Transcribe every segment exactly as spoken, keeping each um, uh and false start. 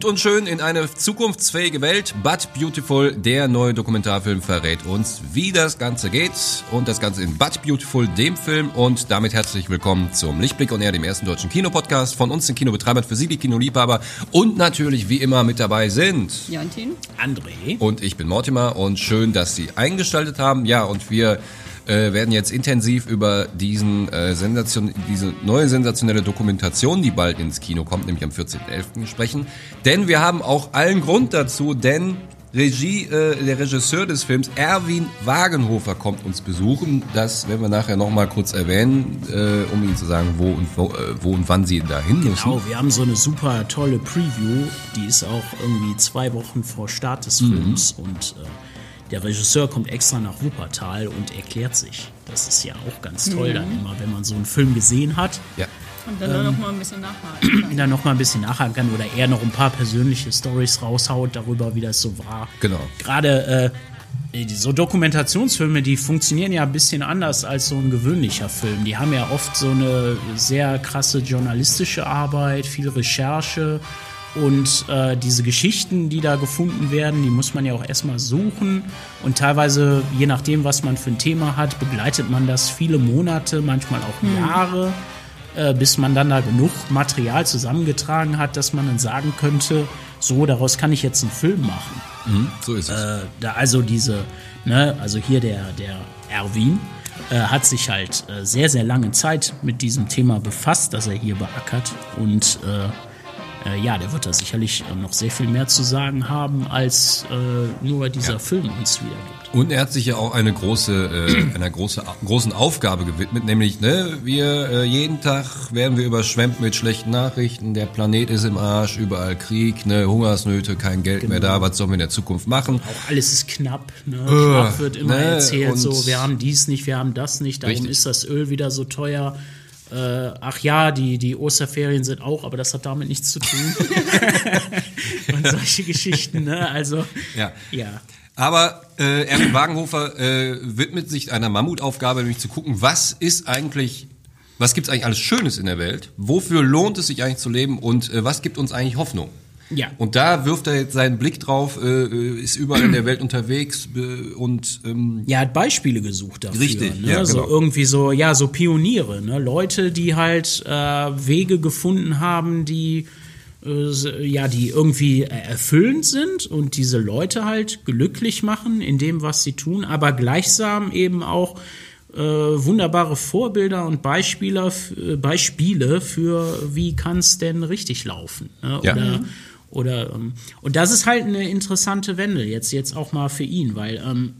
uns schön in eine zukunftsfähige Welt. But Beautiful, der neue Dokumentarfilm, verrät uns, wie das Ganze geht. Und das Ganze in But Beautiful, dem Film. Und damit herzlich willkommen zum Lichtblick on Air, dem ersten deutschen Kinopodcast von uns, den Kinobetreibern, für Sie, die Kinoliebhaber. Und natürlich, wie immer, mit dabei sind Jantin, André und ich bin Mortimer. Und schön, dass Sie eingeschaltet haben. Ja, und wir äh, werden jetzt intensiv über diesen äh, Sensation, diese neue sensationelle Dokumentation, die bald ins Kino kommt, nämlich am vierzehnten elften sprechen. Denn wir haben auch allen Grund dazu, denn Regie, äh, der Regisseur des Films, Erwin Wagenhofer, kommt uns besuchen. Das werden wir nachher nochmal kurz erwähnen, äh, um Ihnen zu sagen, wo und, wo, äh, wo und wann Sie dahin müssen. Genau, wir haben so eine super tolle Preview, die ist auch irgendwie zwei Wochen vor Start des Films mhm. und äh, der Regisseur kommt extra nach Wuppertal und erklärt sich. Das ist ja auch ganz toll mhm. dann immer, wenn man so einen Film gesehen hat. Ja. Und dann ähm, noch mal ein bisschen nachhaken kann. Dann noch mal ein bisschen nachhaken kann oder eher noch ein paar persönliche Storys raushaut darüber, wie das so war. Genau. Gerade äh, so Dokumentationsfilme, die funktionieren ja ein bisschen anders als so ein gewöhnlicher Film. Die haben ja oft so eine sehr krasse journalistische Arbeit, viel Recherche. Und äh, diese Geschichten, die da gefunden werden, die muss man ja auch erstmal suchen. Und teilweise, je nachdem, was man für ein Thema hat, begleitet man das viele Monate, manchmal auch mhm. Jahre, äh, bis man dann da genug Material zusammengetragen hat, dass man dann sagen könnte, so, daraus kann ich jetzt einen Film machen. Mhm, so ist es. Äh, da also diese, ne, also hier der, der Erwin äh, hat sich halt äh, sehr, sehr lange Zeit mit diesem Thema befasst, das er hier beackert. Und äh, Äh, ja, der wird da sicherlich äh, noch sehr viel mehr zu sagen haben, als äh, nur dieser ja. Film uns wiedergibt. Und er hat sich ja auch eine große, äh, einer große, großen Aufgabe gewidmet, nämlich, ne, wir äh, jeden Tag werden wir überschwemmt mit schlechten Nachrichten, der Planet ist im Arsch, überall Krieg, ne, Hungersnöte, kein Geld genau. mehr da, was sollen wir in der Zukunft machen? Auch alles ist knapp, ne, knapp äh, wird immer ne? erzählt, Und so, wir haben dies nicht, wir haben das nicht, darum richtig. ist das Öl wieder so teuer. Äh, ach ja, die, die Osterferien sind auch, aber das hat damit nichts zu tun. Und solche Geschichten, ne? Also, ja. ja. Aber äh, Erwin Wagenhofer äh, widmet sich einer Mammutaufgabe, nämlich zu gucken, was ist eigentlich, was gibt's eigentlich alles Schönes in der Welt? Wofür lohnt es sich eigentlich zu leben? Und äh, was gibt uns eigentlich Hoffnung? Ja. Und da wirft er jetzt seinen Blick drauf, äh, ist überall in der Welt unterwegs äh, und ähm, ja, hat Beispiele gesucht dafür. Richtig, ne? ja, So genau. irgendwie so, ja, so Pioniere, ne? Leute, die halt äh, Wege gefunden haben, die äh, ja, die irgendwie erfüllend sind und diese Leute halt glücklich machen in dem, was sie tun, aber gleichsam eben auch äh, wunderbare Vorbilder und Beispiele, äh, Beispiele für, wie kann es denn richtig laufen, ne? Ja. Oder Oder, ähm, und das ist halt eine interessante Wende, jetzt, jetzt auch mal für ihn, weil ähm,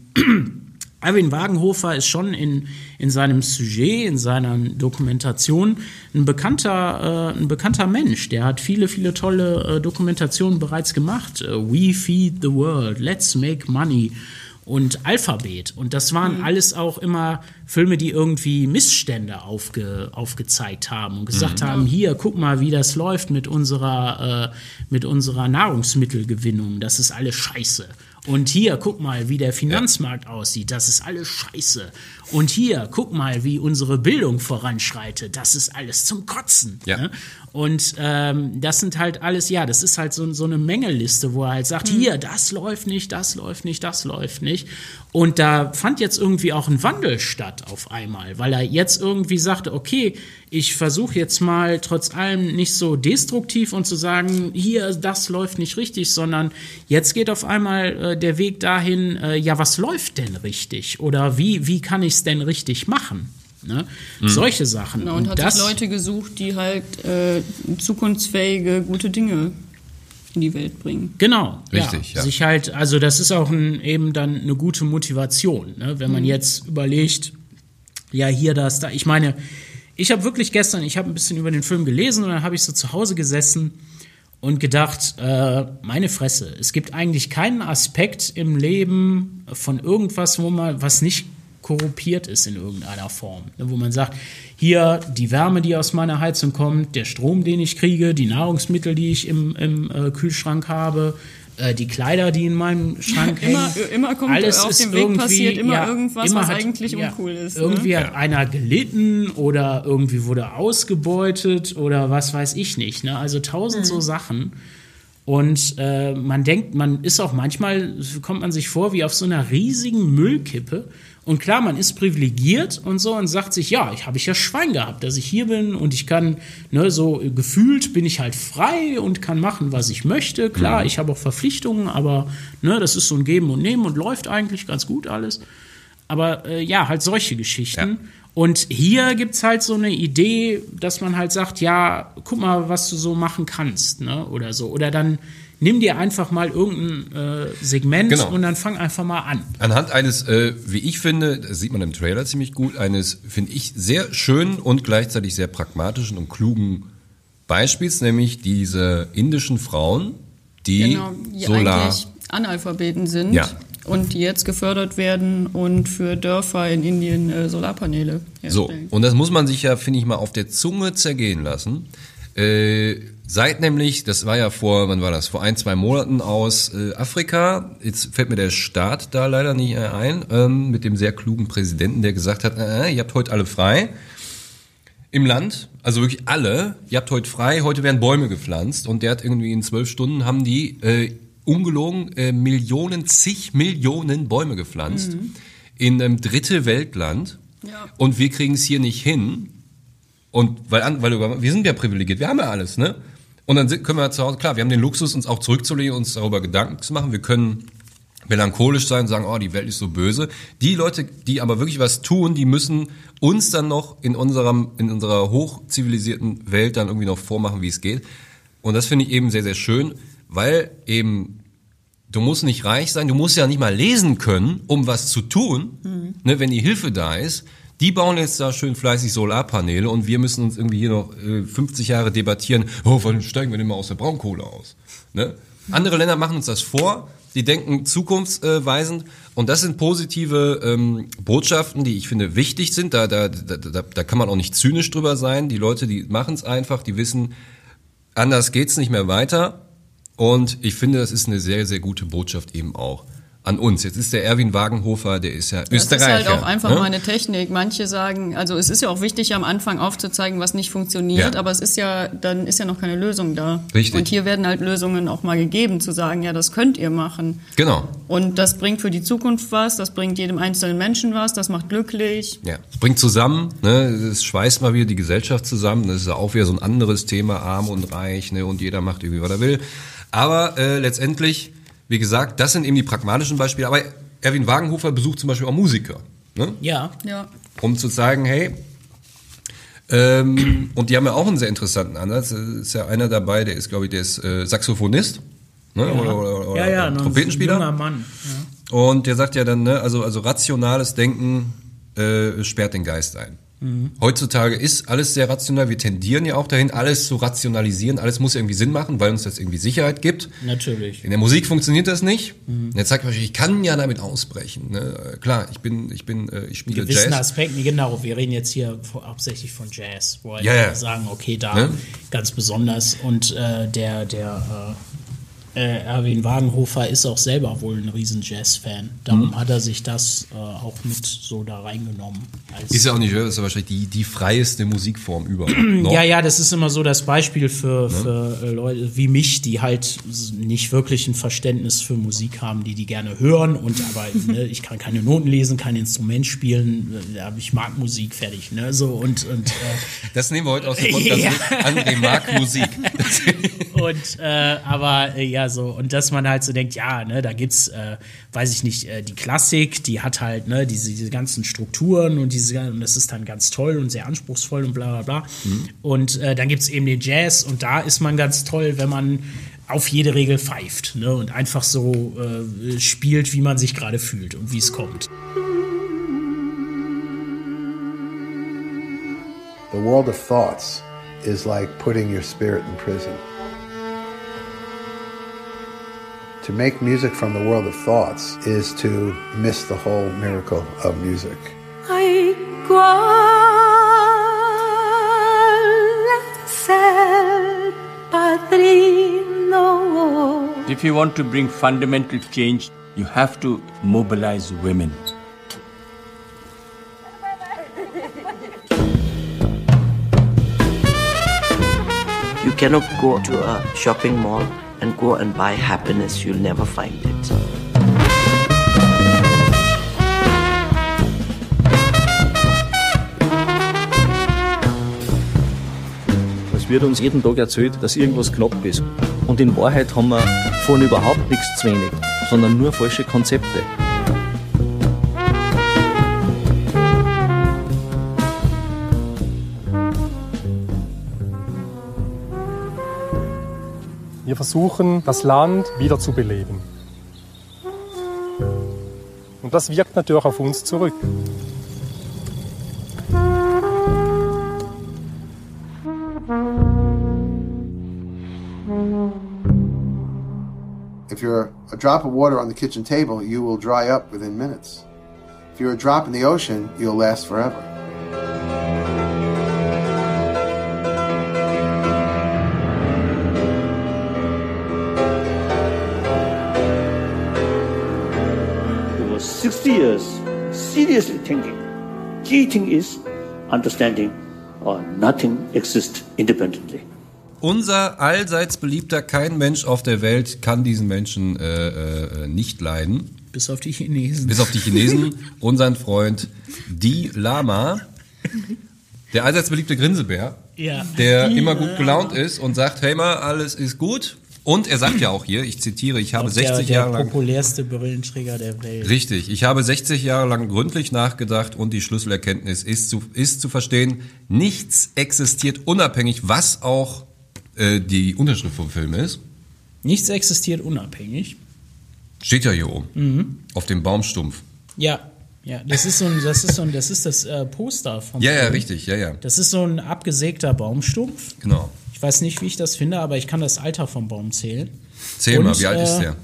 Erwin Wagenhofer ist schon in, in seinem Sujet, in seiner Dokumentation ein bekannter, äh, ein bekannter Mensch. Der hat viele, viele tolle äh, Dokumentationen bereits gemacht. Äh, We Feed the World, Let's Make Money und Alphabet. Und das waren mhm. alles auch immer Filme, die irgendwie Missstände aufge, aufgezeigt haben und gesagt mhm. haben, hier, guck mal, wie das läuft mit unserer, äh, mit unserer Nahrungsmittelgewinnung. Das ist alles scheiße. Und hier, guck mal, wie der Finanzmarkt ja. aussieht. Das ist alles scheiße. Und hier, guck mal, wie unsere Bildung voranschreitet. Das ist alles zum Kotzen. Ja. Ne? Und ähm, das sind halt alles, ja, das ist halt so, so eine Mängelliste, wo er halt sagt, mhm. hier, das läuft nicht, das läuft nicht, das läuft nicht. Und da fand jetzt irgendwie auch ein Wandel statt auf einmal, weil er jetzt irgendwie sagte, okay, ich versuche jetzt mal trotz allem nicht so destruktiv und zu sagen, hier, das läuft nicht richtig, sondern jetzt geht auf einmal äh, der Weg dahin, äh, ja, was läuft denn richtig? Oder wie, wie kann ich es denn richtig machen? Ne? Mhm. Solche Sachen. Genau, und, und hat das, sich Leute gesucht, die halt äh, zukunftsfähige, gute Dinge in die Welt bringen. Genau, richtig. Ja. Ja. Sich halt, also das ist auch ein, eben dann eine gute Motivation, ne? Wenn man mhm. jetzt überlegt, ja, hier, das, da. Ich meine, ich habe wirklich gestern, ich habe ein bisschen über den Film gelesen und dann habe ich so zu Hause gesessen und gedacht, äh, meine Fresse, es gibt eigentlich keinen Aspekt im Leben von irgendwas, wo man, was nicht korrumpiert ist in irgendeiner Form. Wo man sagt, hier die Wärme, die aus meiner Heizung kommt, der Strom, den ich kriege, die Nahrungsmittel, die ich im, im äh, Kühlschrank habe, äh, die Kleider, die in meinem Schrank hängen. Immer, immer kommt alles auf ist dem Weg passiert immer ja, irgendwas, immer was hat, eigentlich ja, uncool ist. Irgendwie ne? hat einer gelitten oder irgendwie wurde ausgebeutet oder was weiß ich nicht. Ne? Also tausend mhm. so Sachen. Und äh, man denkt, man ist auch manchmal, kommt man sich vor wie auf so einer riesigen Müllkippe. Und klar, man ist privilegiert und so und sagt sich, ja, ich habe ich ja Schwein gehabt, dass ich hier bin und ich kann, ne, so gefühlt bin ich halt frei und kann machen, was ich möchte. Klar, ich habe auch Verpflichtungen, aber ne, das ist so ein Geben und Nehmen und läuft eigentlich ganz gut alles. Aber äh, ja, halt solche Geschichten. Ja. Und hier gibt's halt so eine Idee, dass man halt sagt, ja, guck mal, was du so machen kannst, ne, oder so. Oder dann nimm dir einfach mal irgendein äh, Segment genau. und dann fang einfach mal an. Anhand eines, äh, wie ich finde, das sieht man im Trailer ziemlich gut, eines, finde ich, sehr schönen und gleichzeitig sehr pragmatischen und klugen Beispiels, nämlich diese indischen Frauen, die, genau, die Solar... eigentlich Analphabeten sind. Ja. Und die jetzt gefördert werden und für Dörfer in Indien äh, Solarpaneele herstellen. So, und das muss man sich ja, finde ich mal, auf der Zunge zergehen lassen. Äh, seit nämlich, das war ja vor, wann war das, vor ein, zwei Monaten aus äh, Afrika, jetzt fällt mir der Staat da leider nicht ein, ähm, mit dem sehr klugen Präsidenten, der gesagt hat, äh, ihr habt heute alle frei im Land, also wirklich alle, ihr habt heute frei, heute werden Bäume gepflanzt und der hat irgendwie in zwölf Stunden haben die äh, ungelogen äh, Millionen, zig Millionen Bäume gepflanzt mhm. in einem dritte Weltland ja. und wir kriegen es hier nicht hin und weil, weil wir sind ja privilegiert, wir haben ja alles, ne? Und dann können wir zu Hause, klar, wir haben den Luxus, uns auch zurückzulegen, uns darüber Gedanken zu machen, wir können melancholisch sein und sagen, oh, die Welt ist so böse. Die Leute, die aber wirklich was tun, die müssen uns dann noch in unserem, in unserer hochzivilisierten Welt dann irgendwie noch vormachen, wie es geht. Und das finde ich eben sehr, sehr schön, weil eben du musst nicht reich sein, du musst ja nicht mal lesen können, um was zu tun, mhm. ne, wenn die Hilfe da ist. Die bauen jetzt da schön fleißig Solarpaneele und wir müssen uns irgendwie hier noch äh, fünfzig Jahre debattieren, oh, wann steigen wir denn mal aus der Braunkohle aus? Ne? Mhm. Andere Länder machen uns das vor, die denken zukunftsweisend und das sind positive ähm, Botschaften, die ich finde wichtig sind, da, da, da, da, da kann man auch nicht zynisch drüber sein. Die Leute, die machen es einfach, die wissen, anders geht's nicht mehr weiter. Und ich finde, das ist eine sehr, sehr gute Botschaft eben auch an uns. Jetzt ist der Erwin Wagenhofer, der ist ja das Österreicher. Das ist halt auch einfach ne? mal eine Technik. Manche sagen, also es ist ja auch wichtig, am Anfang aufzuzeigen, was nicht funktioniert, ja. aber es ist ja, dann ist ja noch keine Lösung da. Richtig. Und hier werden halt Lösungen auch mal gegeben, zu sagen, ja, das könnt ihr machen. Genau. Und das bringt für die Zukunft was, das bringt jedem einzelnen Menschen was, das macht glücklich. Ja, es bringt zusammen, ne, es schweißt mal wieder die Gesellschaft zusammen. Das ist ja auch wieder so ein anderes Thema, arm und reich, ne, und jeder macht irgendwie, was er will. Aber äh, letztendlich, wie gesagt, das sind eben die pragmatischen Beispiele. Aber Erwin Wagenhofer besucht zum Beispiel auch Musiker. Ne? Ja. ja. Um zu zeigen, hey, ähm, und die haben ja auch einen sehr interessanten Ansatz. Es ist ja einer dabei, der ist, glaube ich, der ist äh, Saxophonist. Ne? Ja. Oder, oder, oder ja, ja, Trompetenspieler. Ein junger Mann. Ja. Und der sagt ja dann, ne, also, also rationales Denken äh, sperrt den Geist ein. Mhm. Heutzutage ist alles sehr rational. Wir tendieren ja auch dahin, alles zu rationalisieren. Alles muss irgendwie Sinn machen, weil uns das irgendwie Sicherheit gibt. Natürlich. In der Musik funktioniert das nicht. Mhm. Jetzt sagt man, ich kann ja damit ausbrechen. Ne? Klar, ich bin, ich bin, ich spiele Jazz. In gewissen Aspekten, genau. Wir reden jetzt hier hauptsächlich von Jazz, wo ja, ja. wir sagen, okay, da ne? ganz besonders. Und äh, der, der äh, Äh, Erwin Wagenhofer ist auch selber wohl ein riesen Jazz-Fan. Darum mhm. hat er sich das äh, auch mit so da reingenommen. Als ist ja auch nicht, das ist ja wahrscheinlich die, die freieste Musikform überhaupt. Ja, ja, das ist immer so das Beispiel für, für ja. äh, Leute wie mich, die halt nicht wirklich ein Verständnis für Musik haben, die die gerne hören. Und aber ne, ich kann keine Noten lesen, kein Instrument spielen, äh, ich mag Musik, fertig. Ne? So, und, und, äh, das nehmen wir heute aus dem Podcast ja. mit. André mag Musik. und, äh, aber äh, ja, so, und dass man halt so denkt, ja, ne, da gibt's, äh, weiß ich nicht, äh, die Klassik, die hat halt, ne, diese, diese ganzen Strukturen und diese, und das ist dann ganz toll und sehr anspruchsvoll und bla, bla, bla. Mhm. Und äh, dann gibt's eben den Jazz und da ist man ganz toll, wenn man auf jede Regel pfeift, ne, und einfach so äh, spielt, wie man sich gerade fühlt und wie es kommt. The world of thoughts is like putting your spirit in prison. To make music from the world of thoughts is to miss the whole miracle of music. Ay, cuál es el padrino. If you want to bring fundamental change, you have to mobilize women. You cannot go to a shopping mall and go and buy happiness, you'll never find it. Es wird uns jeden Tag erzählt, dass irgendwas knapp ist. Und in Wahrheit haben wir von überhaupt nichts zu wenig, sondern nur falsche Konzepte. Wir versuchen, das Land wieder zu beleben. Und das wirkt natürlich auf uns zurück. If you're a drop of water on the kitchen table, you will dry up within minutes. If you're a drop in the ocean, you'll last forever. Over sixty years, seriously thinking, key thing is understanding or nothing exists independently. Unser allseits beliebter Kein Mensch auf der Welt kann diesen Menschen äh, äh, nicht leiden. Bis auf die Chinesen. Bis auf die Chinesen. Unseren Freund Di Lama, der allseits beliebte Grinsebär, ja. der Die immer gut Lama. gelaunt ist und sagt, hey mal, alles ist gut. Und er sagt ja auch hier, ich zitiere, ich habe der, sechzig der Jahre lang... Der populärste Brillenträger der Welt. Richtig, ich habe sechzig Jahre lang gründlich nachgedacht und die Schlüsselerkenntnis ist zu, ist zu verstehen, nichts existiert unabhängig, was auch äh, die Unterschrift vom Film ist. Nichts existiert unabhängig. Steht ja hier oben, Mhm. auf dem Baumstumpf. Ja, ja, das ist so ein, das ist so ein, das ist das äh, Poster vom Ja, ja, Film. richtig, ja, ja. Das ist so ein abgesägter Baumstumpf. Genau. Ich weiß nicht, wie ich das finde, aber ich kann das Alter vom Baum zählen. Zähl Und, mal, wie alt äh, ist der?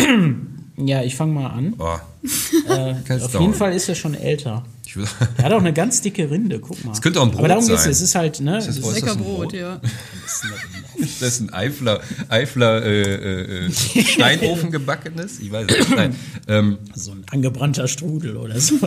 Ja, ich fange mal an. Oh, Äh, Kann's auf dauern. jeden Fall ist er schon älter. ich will, Er hat auch eine ganz dicke Rinde, guck mal. Es könnte auch ein Brot Aber darum sein. geht's, es ist halt, ne? Ist das- es was ist Lecker das, ein Brot, Brot? ja. das ist ein Eifler, Eifler äh, äh, Steinofen gebackenes? Ich weiß es nicht. Nein. Ähm, so ein angebrannter Strudel oder so,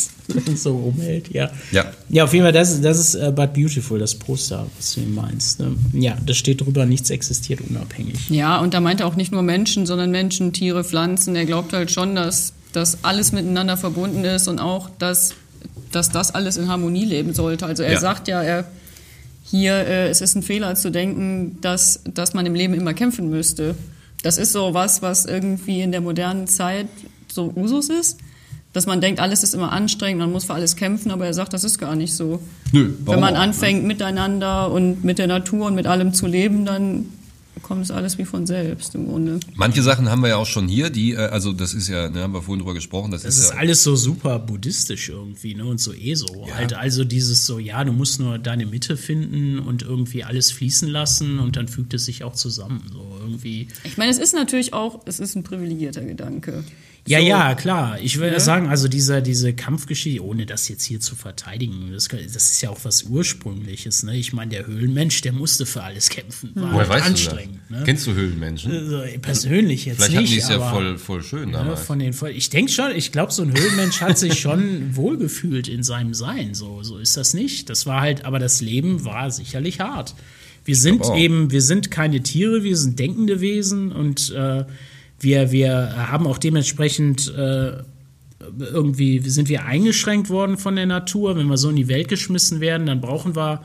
das so rumhält, ja. Ja. Ja, auf jeden Fall, das ist, das ist uh, But Beautiful, das Poster, was du meinst. Ne? Ja, da steht drüber, nichts existiert unabhängig. Ja, und da meint er auch nicht nur Menschen, sondern Menschen, Tiere, Pflanzen. Er glaubt halt schon, dass, dass alles miteinander verbunden ist und auch, dass, dass das alles in Harmonie leben sollte. Also er Ja. sagt ja, er, hier, äh, es ist ein Fehler zu denken, dass, dass man im Leben immer kämpfen müsste. Das ist so was, was irgendwie in der modernen Zeit so Usus ist. Dass man denkt, alles ist immer anstrengend, man muss für alles kämpfen, aber er sagt, das ist gar nicht so. Nö, warum Wenn man auch, anfängt, miteinander und mit der Natur und mit allem zu leben, dann kommt es alles wie von selbst im Grunde. Manche Sachen haben wir ja auch schon hier, die, äh, also das ist ja, ne, haben wir vorhin drüber gesprochen, das, Das ist ist ja, alles so super buddhistisch irgendwie, ne? Und so eh so. Ja. Halt also dieses so, ja, du musst nur deine Mitte finden und irgendwie alles fließen lassen und dann fügt es sich auch zusammen. So irgendwie. Ich meine, es ist natürlich auch, es ist ein privilegierter Gedanke. Ja, So. ja, klar. Ich würde Ne? sagen, also diese, diese Kampfgeschichte, ohne das jetzt hier zu verteidigen, das, das ist ja auch was Ursprüngliches. Ne? Ich meine, der Höhlenmensch, der musste für alles kämpfen. War woher halt weißt anstrengend. du das? Ne? Kennst du Höhlenmenschen? Also, persönlich jetzt Vielleicht hatten nicht, die es ja aber, voll, voll schön ne, damals. von den, ich denke schon, ich glaube, so ein Höhlenmensch hat sich schon wohlgefühlt in seinem Sein. So, so ist das nicht. Das war halt, aber das Leben war sicherlich hart. Wir sind auch. eben, wir sind keine Tiere, wir sind denkende Wesen und äh, wir, wir haben auch dementsprechend äh, irgendwie sind wir eingeschränkt worden von der Natur. Wenn wir so in die Welt geschmissen werden, dann brauchen wir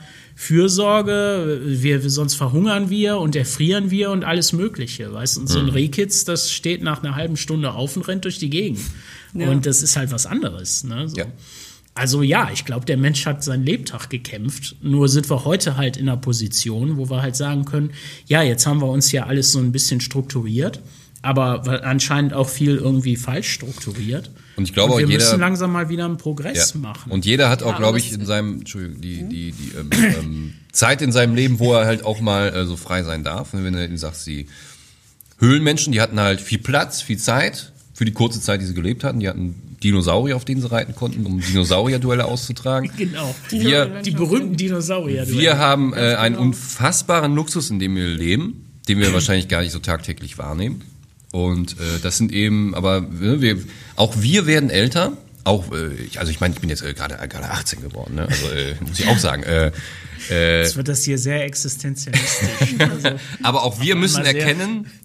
Fürsorge, wir, wir, sonst verhungern wir und erfrieren wir und alles Mögliche. Weißt? Und so ein Rehkitz, das steht nach einer halben Stunde auf und rennt durch die Gegend. Ja. Und das ist halt was anderes. Ne? So. Ja. Also ja, ich glaube, der Mensch hat seinen Lebtag gekämpft. Nur sind wir heute halt in einer Position, wo wir halt sagen können, ja, jetzt haben wir uns ja alles so ein bisschen strukturiert, aber anscheinend auch viel irgendwie falsch strukturiert. Und ich glaube Und wir auch jeder, müssen langsam mal wieder einen Progress ja. machen. Und jeder hat auch, Ja, glaube aber ich, es- in seinem, Entschuldigung, die, die, die ähm, ähm, Zeit in seinem Leben, wo er halt auch mal äh, so frei sein darf. Und wenn du eben sagst, die Höhlenmenschen, die hatten halt viel Platz, viel Zeit für die kurze Zeit, die sie gelebt hatten. Die hatten Dinosaurier, auf denen sie reiten konnten, um Dinosaurier-Duelle auszutragen. Genau. Wir, Die berühmten Dinosaurier. wir haben äh, einen genau. unfassbaren Luxus, in dem wir leben, den wir wahrscheinlich gar nicht so tagtäglich wahrnehmen. Und äh, das sind eben, aber äh, wir, auch wir werden älter. Auch, äh, ich, also ich meine, ich bin jetzt äh, gerade gerade achtzehn geworden, ne? Also äh, muss ich auch sagen. Äh, äh, Jetzt wird das hier sehr existenzialistisch. Also, aber auch wir müssen einmal sehr- erkennen,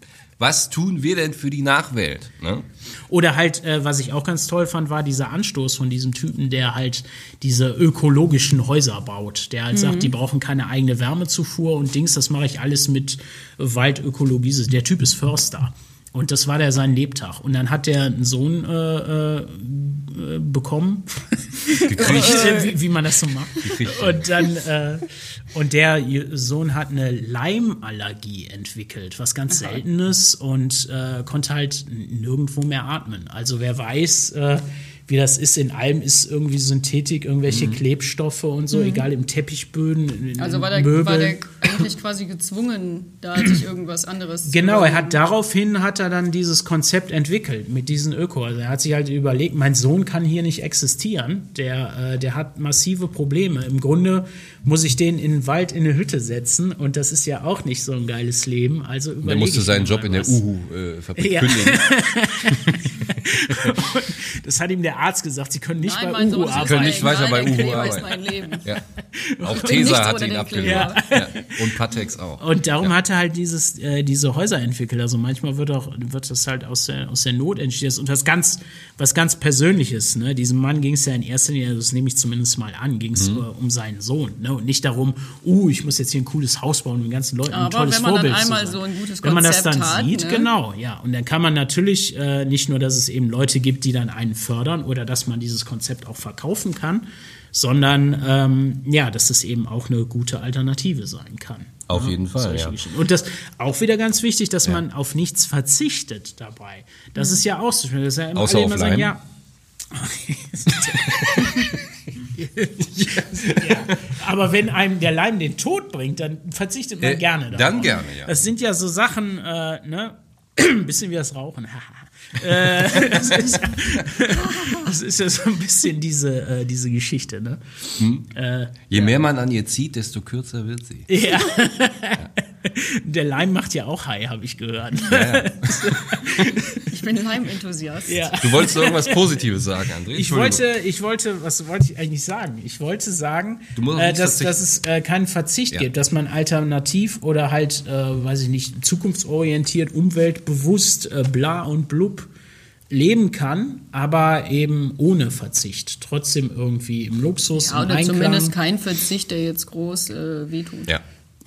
was tun wir denn für die Nachwelt? Ne? Oder halt, äh, was ich auch ganz toll fand, war dieser Anstoß von diesem Typen, der halt diese ökologischen Häuser baut. Der halt mhm. sagt, die brauchen keine eigene Wärmezufuhr und Dings, das mache ich alles mit Waldökologie. Der Typ ist Förster. Und das war der sein Lebtag. Und dann hat der einen Sohn äh, äh, bekommen. Gekriegt. wie, wie man das so macht. Gekriegt. Und dann äh, und der Sohn hat eine Leimallergie entwickelt, was ganz Seltenes, und äh, konnte halt nirgendwo mehr atmen. Also wer weiß, äh, wie das ist, in allem ist irgendwie Synthetik, irgendwelche mhm. Klebstoffe und so, mhm. egal im Teppichböden, in, also war der, Möbel. war der eigentlich quasi gezwungen, da sich irgendwas anderes zu Genau, er hat daraufhin hat er dann dieses Konzept entwickelt mit diesen Öko. Also er hat sich halt überlegt, mein Sohn kann hier nicht existieren, der, äh, der hat massive Probleme. Im Grunde muss ich den in den Wald in eine Hütte setzen und das ist ja auch nicht so ein geiles Leben. Also überlege Der musste ich seinen Job was. in der Uhu-Fabrik äh, ja. kündigen. Das hat ihm der Arzt gesagt, sie können nicht Nein, bei Uhu Sohn, arbeiten. können nicht weiter Nein, bei der Uhu Kleber arbeiten. ist mein Leben. Ja. Auch Ich bin Tesa nicht hat ohne ihn den abgelehnt. Kleber. Ja. Und Patex auch. Und darum ja. hat er halt dieses, äh, diese Häuser entwickelt. Also manchmal wird auch wird das halt aus der, aus der Not entstehen. Und was ganz, was ganz Persönliches. Ne? Diesem Mann ging es ja in erster Linie, das nehme ich zumindest mal an, ging es mhm. uh, um seinen Sohn. Ne? Und nicht darum, uh, ich muss jetzt hier ein cooles Haus bauen und den ganzen Leuten Aber ein tolles wenn man Vorbild dann einmal zu sein. so ein gutes Konzept Wenn man das dann hat, sieht, ne? genau, ja. Und dann kann man natürlich äh, nicht nur, dass es eben Leute gibt, die dann einen fördern oder dass man dieses Konzept auch verkaufen kann, sondern ähm, ja, dass es eben auch eine gute Alternative sein kann. Auf ja, jeden Fall, ja. Und das auch wieder ganz wichtig, dass ja. man auf nichts verzichtet dabei. Das ist ja auch so schön. Das ist ja immer, Außer alle auf immer sagen, Leim. ja. ja. Aber wenn einem der Leim den Tod bringt, dann verzichtet man äh, gerne darauf. Dann gerne, ja. Das sind ja so Sachen, äh, ne? Ein bisschen wie das Rauchen. äh, das, ist, das ist ja so ein bisschen diese, äh, diese Geschichte, ne? Hm. Äh, Je ja. mehr man an ihr zieht, desto kürzer wird sie. Ja. Der Leim macht ja auch High, habe ich gehört. Ja. Ich bin Leim-Enthusiast. Ja. Du wolltest irgendwas Positives sagen, André? Ich wollte, ich wollte, was wollte ich eigentlich sagen? Ich wollte sagen, Du musst äh, dass, dass es äh, keinen Verzicht Ja. gibt, dass man alternativ oder halt, äh, weiß ich nicht, zukunftsorientiert, umweltbewusst, äh, bla und blub leben kann, aber eben ohne Verzicht. Trotzdem irgendwie im Luxus, Ja, im oder Einklang. zumindest kein Verzicht, der jetzt groß äh, wehtut. Ja.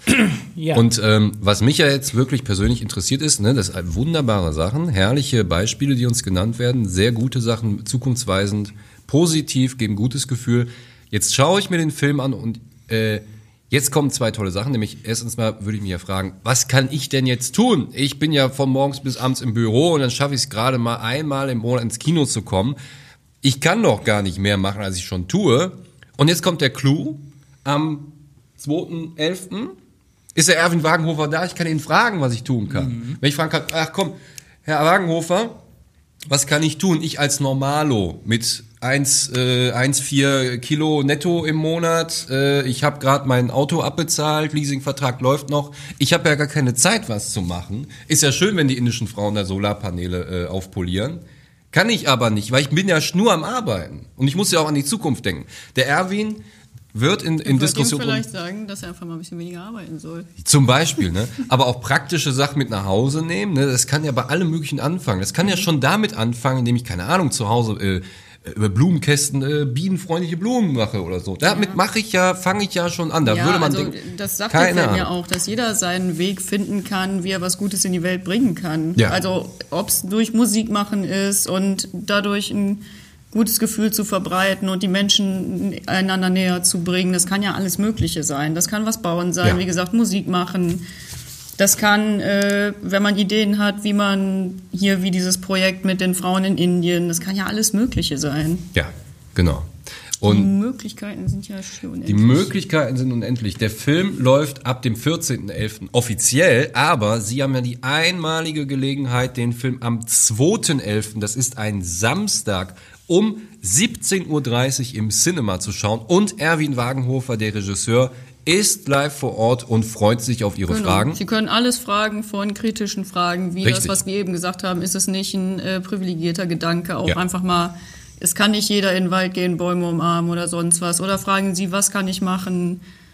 Ja. Und ähm, was mich ja jetzt wirklich persönlich interessiert ist, ne, das sind wunderbare Sachen, herrliche Beispiele, die uns genannt werden, sehr gute Sachen, zukunftsweisend, positiv, geben gutes Gefühl. Jetzt schaue ich mir den Film an und äh, jetzt kommen zwei tolle Sachen, nämlich erstens mal würde ich mich ja fragen, was kann ich denn jetzt tun? Ich bin ja von morgens bis abends im Büro und dann schaffe ich es gerade mal einmal im Monat ins Kino zu kommen. Ich kann doch gar nicht mehr machen, als ich schon tue. Und jetzt kommt der Clou, am zweiten elften ist der Erwin Wagenhofer da, ich kann ihn fragen, was ich tun kann. Mhm. Wenn ich fragen kann, ach komm, Herr Wagenhofer, was kann ich tun? Ich als Normalo mit eins Komma vier Kilo netto im Monat, äh, ich habe gerade mein Auto abbezahlt, Leasingvertrag läuft noch, ich habe ja gar keine Zeit, was zu machen. Ist ja schön, wenn die indischen Frauen da Solarpaneele äh, aufpolieren. Kann ich aber nicht, weil ich bin ja nur am Arbeiten. Und ich muss ja auch an die Zukunft denken. Der Erwin wird in, in Diskussion... Ich würde ihm vielleicht sagen, dass er einfach mal ein bisschen weniger arbeiten soll. Zum Beispiel, ne? Aber auch praktische Sachen mit nach Hause nehmen, ne? Das kann ja bei allem Möglichen anfangen. Das kann ja schon damit anfangen, indem ich, keine Ahnung, zu Hause äh, über Blumenkästen äh, bienenfreundliche Blumen mache oder so. Damit ja. mache ich ja, fange ich ja schon an. Da ja, würde man also denken, das sagt der Film ja auch, dass jeder seinen Weg finden kann, wie er was Gutes in die Welt bringen kann. Ja. Also ob es durch Musik machen ist und dadurch ein gutes Gefühl zu verbreiten und die Menschen einander näher zu bringen. Das kann ja alles Mögliche sein. Das kann was bauen sein, ja. wie gesagt, Musik machen. Das kann, äh, wenn man Ideen hat, wie man hier, wie dieses Projekt mit den Frauen in Indien, das kann ja alles Mögliche sein. Ja, genau. Und die Möglichkeiten sind ja schon unendlich. Die Möglichkeiten sind unendlich. Der Film läuft ab dem vierzehnten elften offiziell, aber Sie haben ja die einmalige Gelegenheit, den Film am zweiten elften, das ist ein Samstag, um siebzehn Uhr dreißig im Cinema zu schauen. Und Erwin Wagenhofer, der Regisseur, ist live vor Ort und freut sich auf Ihre genau. Fragen. Sie können alles fragen, von kritischen Fragen, wie Richtig. das, was wir eben gesagt haben, ist es nicht ein äh, privilegierter Gedanke, auch ja. einfach mal, es kann nicht jeder in den Wald gehen, Bäume umarmen oder sonst was. Oder fragen Sie, was kann ich machen?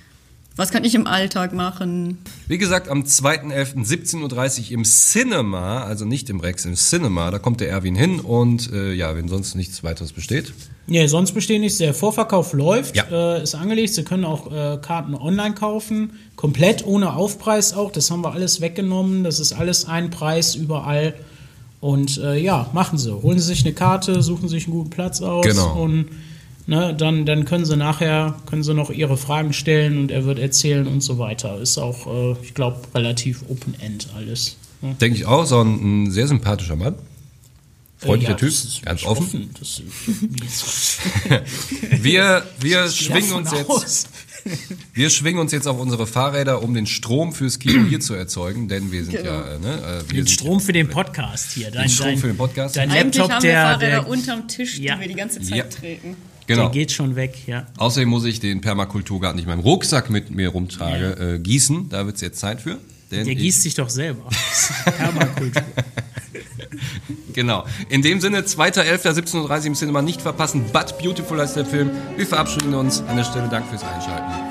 Was kann ich im Alltag machen? Wie gesagt, am zweiten elften siebzehn Uhr dreißig im Cinema, also nicht im Rex, im Cinema, da kommt der Erwin hin und äh, ja, wenn sonst nichts weiteres besteht. Nee, sonst besteht nichts. Der Vorverkauf läuft, Ja. äh, ist angelegt. Sie können auch äh, Karten online kaufen, komplett ohne Aufpreis auch. Das haben wir alles weggenommen. Das ist alles ein Preis überall. Und äh, ja, machen Sie. Holen Sie sich eine Karte, suchen sich einen guten Platz aus. Genau. Und ne, dann, dann können Sie nachher können Sie noch Ihre Fragen stellen und er wird erzählen und so weiter. Ist auch, äh, ich glaube, relativ Open-End alles. Ne? Denke ich auch, so ein, ein sehr sympathischer Mann. Freundlicher Äh, ja, Typ, das ist ganz wirklich offen. Das, Wir, wir Ich gehe schwingen davon uns aus. jetzt, wir schwingen uns jetzt auf unsere Fahrräder, um den Strom fürs Kino hier zu erzeugen, denn wir sind Genau. ja, äh, ne, äh, wir Den sind Strom für den Podcast hier. Dein, den Strom dein, für den Podcast. Dein Eigentlich Laptop, haben wir der, Fahrräder der, unterm Tisch, Ja. die wir die ganze Zeit Ja. treten. der Genau. geht schon weg, ja. Außerdem muss ich den Permakulturgarten nicht in meinem Rucksack mit mir rumtrage, äh, gießen. Da wird es jetzt Zeit für. Denn Der ich- gießt sich doch selber. Das ist Permakultur. Genau. In dem Sinne, zweiter elfter siebzehn Uhr dreißig im Cinema nicht verpassen. But Beautiful heißt der Film. Wir verabschieden uns an der Stelle. Danke fürs Einschalten.